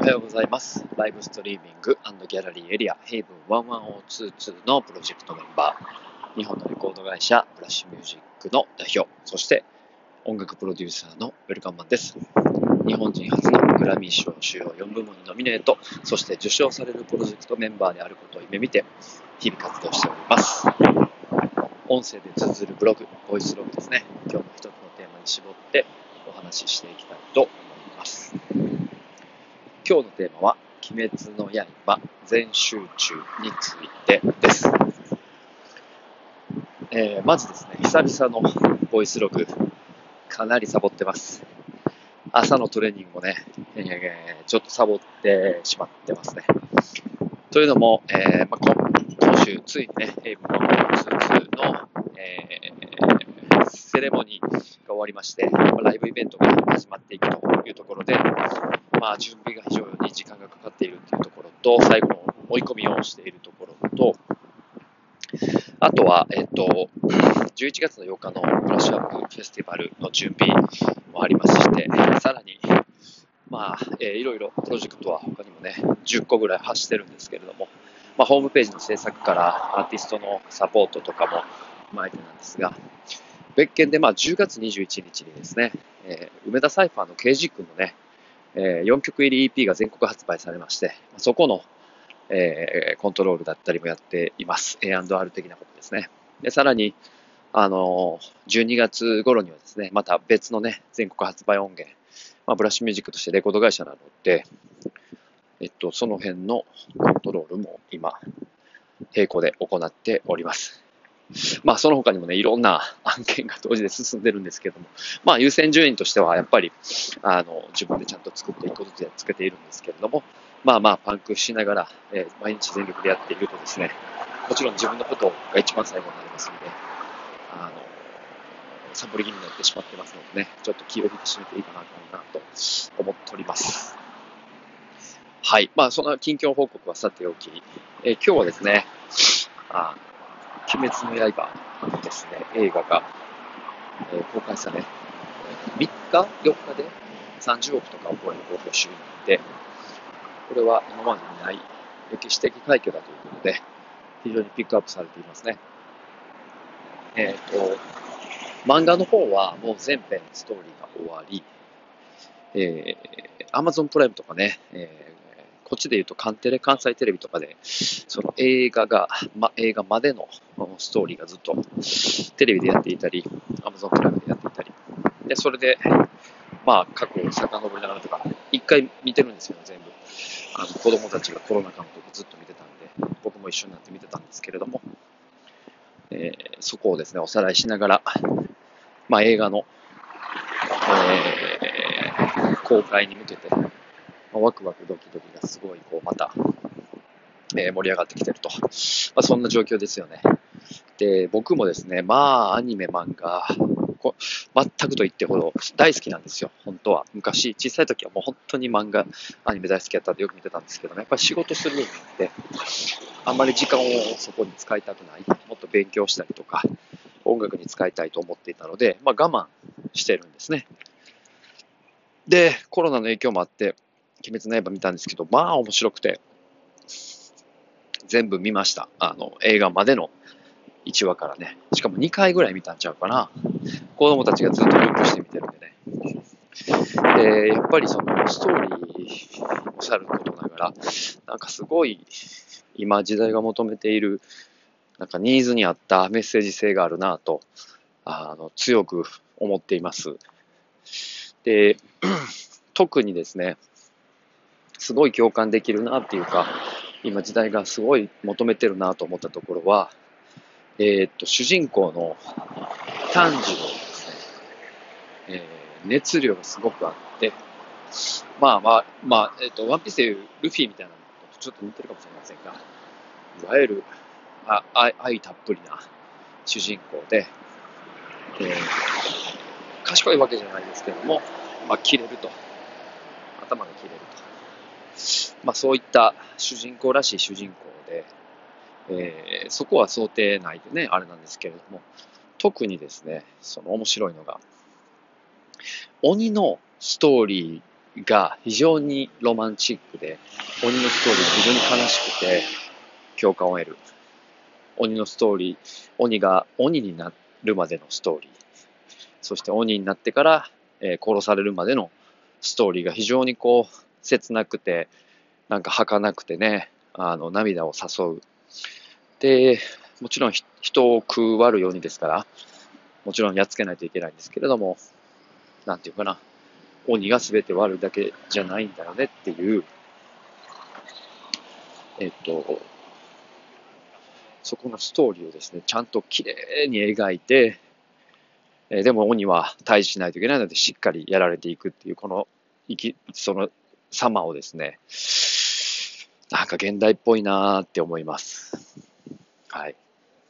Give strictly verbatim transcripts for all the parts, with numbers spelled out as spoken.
おはようございます。ライブストリーミング&ギャラリーエリアヘイブンいちいちにーにーのプロジェクトメンバー、日本のレコード会社ブラッシュミュージックの代表、そして音楽プロデューサーのウェルカンマンです。日本人初のグラミー賞主要よんぶもんにノミネート、そして受賞されるプロジェクトメンバーであることを夢見て日々活動しております。音声で綴るブログ、ボイスログですね。今日も一つのテーマに絞ってお話ししていきたいと思います。今日のテーマは鬼滅の刃全集中についてです。えー、まずですね、久々のボイスログ、かなりサボってます。朝のトレーニングもね、えー、ちょっとサボってしまってますね。というのも、えーまあ、今週ついにね、ヘイブンいちいちにーの、えー、セレモニーが終わりまして、ライブイベントが始まっていくというところで、まあ、準備が非常に時間がかかっているというところと、最後の追い込みをしているところと、あとは、えっと、じゅういちがつのようかのブラッシュアップフェスティバルの準備もありまして、さらに、まあ、えー、いろいろプロジェクトは他にもね、じゅっこぐらい走ってるんですけれども、まあ、ホームページの制作からアーティストのサポートとかも踏まえてなんですが、別件でまあじゅうがつにじゅういちにちにですね、えー、梅田サイファーの ケージー 君のね、えー、よんきょく入り イーピー が全国発売されまして、そこの、えー、コントロールだったりもやっています。エーアンドアール 的なことですね。で、さらに、あのー、じゅうにがつ頃にはですね、また別のね、全国発売音源、まあ、ブラッシュミュージックとしてレコード会社なので、えっと、その辺のコントロールも今、並行で行っております。まあ、その他にもね、いろんな案件が同時で進んでるんですけども、まあ、優先順位としては、やっぱり、あの、自分でちゃんと作っていくことでつけているんですけれども、まあまあ、パンクしながら、えー、毎日全力でやっているとですね、もちろん自分のことが一番最後になりますので、あの、サボり気味になってしまってますのでね、ちょっと気を引き締めていかなあかんなと思っております。はい。まあ、そんな近況報告はさておき、えー、今日はですね、あ鬼滅の刃ですね、映画が、えー、公開され、みっか ?よっか でさんじゅうおくとかを超える興行収入で、これは今までにない歴史的快挙だということで、非常にピックアップされていますね。えっと、漫画の方はもう全編ストーリーが終わり、えー、Amazon プライムとかね、えーこっちで言うとカンテレ、関西テレビとかで、その映画が、ま、映画までのストーリーがずっとテレビでやっていたり、Amazon プライムでやっていたり、で、それで、まあ、過去を遡りながらとか、一回見てるんですよ、全部。あの、子供たちがコロナ禍の時ずっと見てたんで、僕も一緒になって見てたんですけれども、えー、そこをですね、おさらいしながら、まあ、映画の、えー、公開に向けて、まあ、ワクワクドキドキがすごい、こう、また、えー、盛り上がってきてると。まあ、そんな状況ですよね。で、僕もですね、まあ、アニメ、漫画、こ全くと言ってほど大好きなんですよ、本当は。昔、小さい時はもう本当に漫画、アニメ大好きだったんでよく見てたんですけどね、やっぱり仕事するようになって、あんまり時間をそこに使いたくない、もっと勉強したりとか、音楽に使いたいと思っていたので、まあ、我慢してるんですね。で、コロナの影響もあって、鬼滅の刃見たんですけど、まあ面白くて、全部見ました。あの、映画までのいちわからね。しかもにかいぐらい見たんちゃうかな。子供たちがずっとループして見てるんでね。で、やっぱりそのストーリーをさることながら、なんかすごい今時代が求めている、なんかニーズに合ったメッセージ性があるなと、あの、強く思っています。で、特にですね、すごい共感できるなっていうか、今時代がすごい求めてるなと思ったところは、えー、っと、主人公の炭治郎ですね、えー、熱量がすごくあって、まあまあ、まあ、えー、っと、ワンピースでいうルフィみたいなのとちょっと似てるかもしれませんが、いわゆる、あ愛、愛たっぷりな主人公で、えー、賢いわけじゃないですけども、まあ、切れると。頭が切れると。まあ、そういった主人公らしい主人公で、えー、そこは想定内でね、あれなんですけれども、特にですね、その面白いのが、鬼のストーリが非常にロマンチックで、鬼のストーリーが非常に悲しくて共感を得る。鬼のストーリー、鬼が鬼になるまでのストーリー、そして鬼になってから、えー殺されるまでのストーリーが非常にこう切なくて、なんか儚くてね、あの涙を誘う。で、もちろん人を食わるようにですから、もちろんやっつけないといけないんですけれども、なんていうかな、鬼が全て悪いだけじゃないんだよねっていう、えっと、そこのストーリーをですね、ちゃんと綺麗に描いて、えーでも鬼は退治しないといけないので、しっかりやられていくっていう、この、いきその様をですね、なんか現代っぽいなーって思います。はい。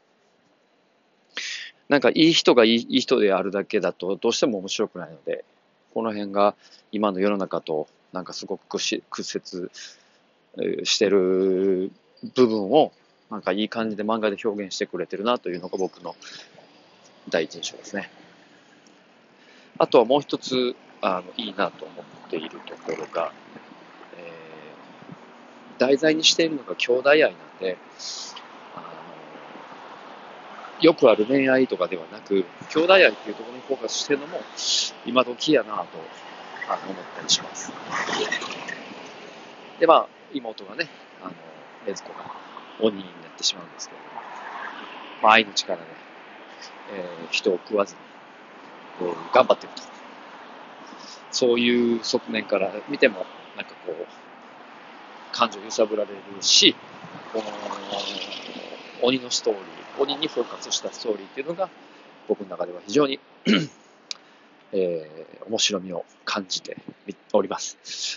なんかいい人がいいいい人であるだけだとどうしても面白くないので、この辺が今の世の中となんかすごく屈折してる部分をなんかいい感じで漫画で表現してくれてるなというのが僕の第一印象ですね。あとはもう一つあのいいなと思っているところが、えー題材にしているのが兄弟愛なんで、あのよくある恋愛とかではなく、兄弟愛っていうところにフォーカスしてるのも今時やなとあの思ったりします。で、まあ、妹がね、あの、禰豆子が鬼になってしまうんですけれども、まあ、愛の力で、えー人を食わずに、えー頑張っていると。そういう側面から見ても、なんかこう、感情揺さぶられるし、この鬼のストーリー、鬼にフォーカスしたストーリーっていうのが、僕の中では非常にえー、面白みを感じております。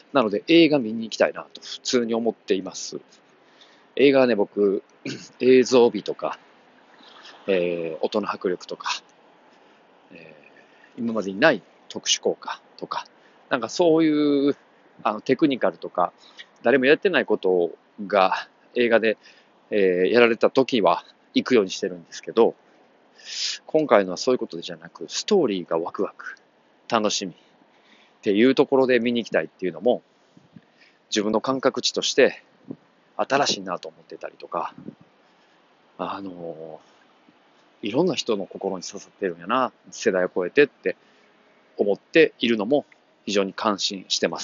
なので映画見に行きたいなと普通に思っています。映画はね、僕、映像美とか、えー、音の迫力とか、えー、今までにない特殊効果とか、なんかそういうあのテクニカルとか、誰もやってないことが映画で、えー、やられた時は行くようにしてるんですけど、今回のはそういうことじゃなく、ストーリーがワクワク、楽しみっていうところで見に行きたいっていうのも、自分の感覚値として新しいなと思ってたりとか、あのー、いろんな人の心に刺さってるんやな、世代を超えてって思っているのも非常に感心してます。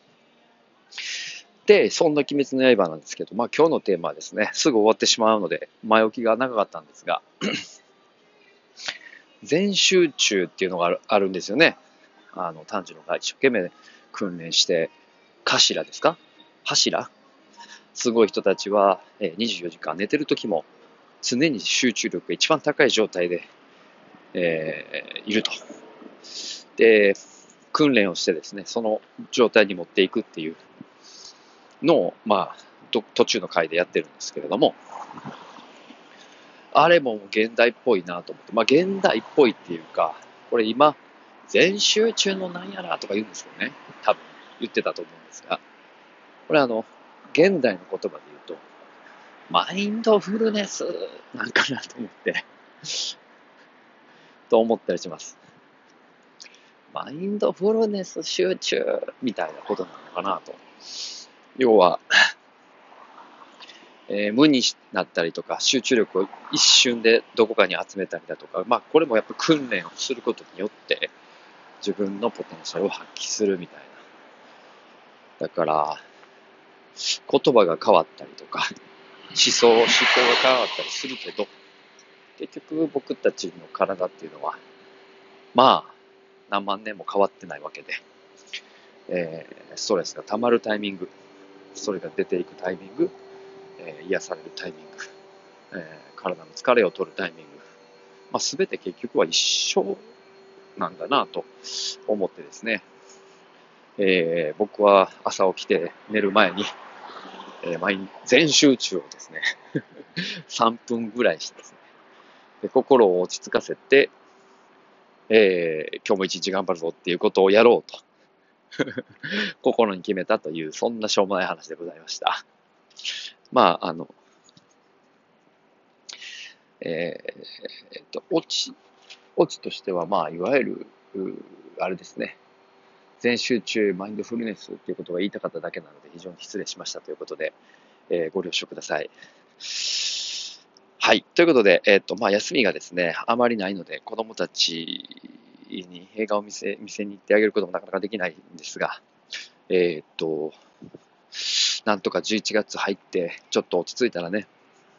で、そんな鬼滅の刃なんですけど、まあ今日のテーマはですね、すぐ終わってしまうので、前置きが長かったんですが、全集中っていうのがあるんですよね。あの、炭治郎が一生懸命訓練して、頭ですか柱すごい人たちはにじゅうよじかん寝てる時も常に集中力が一番高い状態で、えー、いると。で、訓練をしてですね、その状態に持っていくっていうのを、まあ、途中の回でやってるんですけれども、あれも現代っぽいなと思って、まあ現代っぽいっていうか、これ今、全集中のなんやらとか言うんですよね。多分言ってたと思うんですが、これあの、現代の言葉で言うと、マインドフルネスなんかなと思って、と思ったりします。マインドフルネス集中みたいなことなのかなと。要は、えー無になったりとか、集中力を一瞬でどこかに集めたりだとか、まあこれもやっぱ訓練をすることによって自分のポテンシャルを発揮するみたいな。だから、言葉が変わったりとか、思想、思考が変わったりするけど、結局僕たちの体っていうのは、まあ、何万年も変わってないわけで、えー、ストレスが溜まるタイミング、それが出ていくタイミング、えー、癒されるタイミング、えー、体の疲れを取るタイミング、まあ、全て結局は一緒なんだなと思ってですね、えー、僕は朝起きて寝る前に、えー、毎日全集中をですねさんぷんぐらいしてですね、で心を落ち着かせて、えー、今日も一日頑張るぞっていうことをやろうと心に決めたという、そんなしょうもない話でございました。まあ、あの、えー、えっと、オチ、オチとしては、まあ、いわゆる、あれですね、 全集中マインドフルネスということが言いたかっただけなので非常に失礼しましたということで、えー、ご了承ください。はい。ということで、えっ、ー、と、まあ、休みがですね、あまりないので、子供たちに映画を見せ、見せに行ってあげることもなかなかできないんですが、えっ、ー、と、なんとかじゅういちがつ入って、ちょっと落ち着いたらね、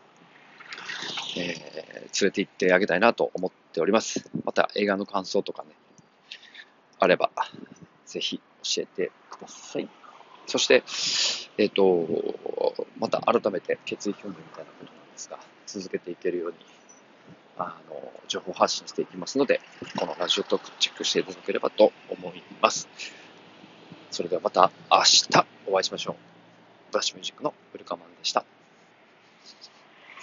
えー、連れて行ってあげたいなと思っております。また映画の感想とかね、あれば、ぜひ教えてください。そして、えっ、ー、と、また改めて決意表明みたいなことなんですが、続けていけるように、あの、情報発信していきますので、このラジオトークチェックしていただければと思います。それではまた明日お会いしましょう。ブラッシュミュージックのウルカマンでした。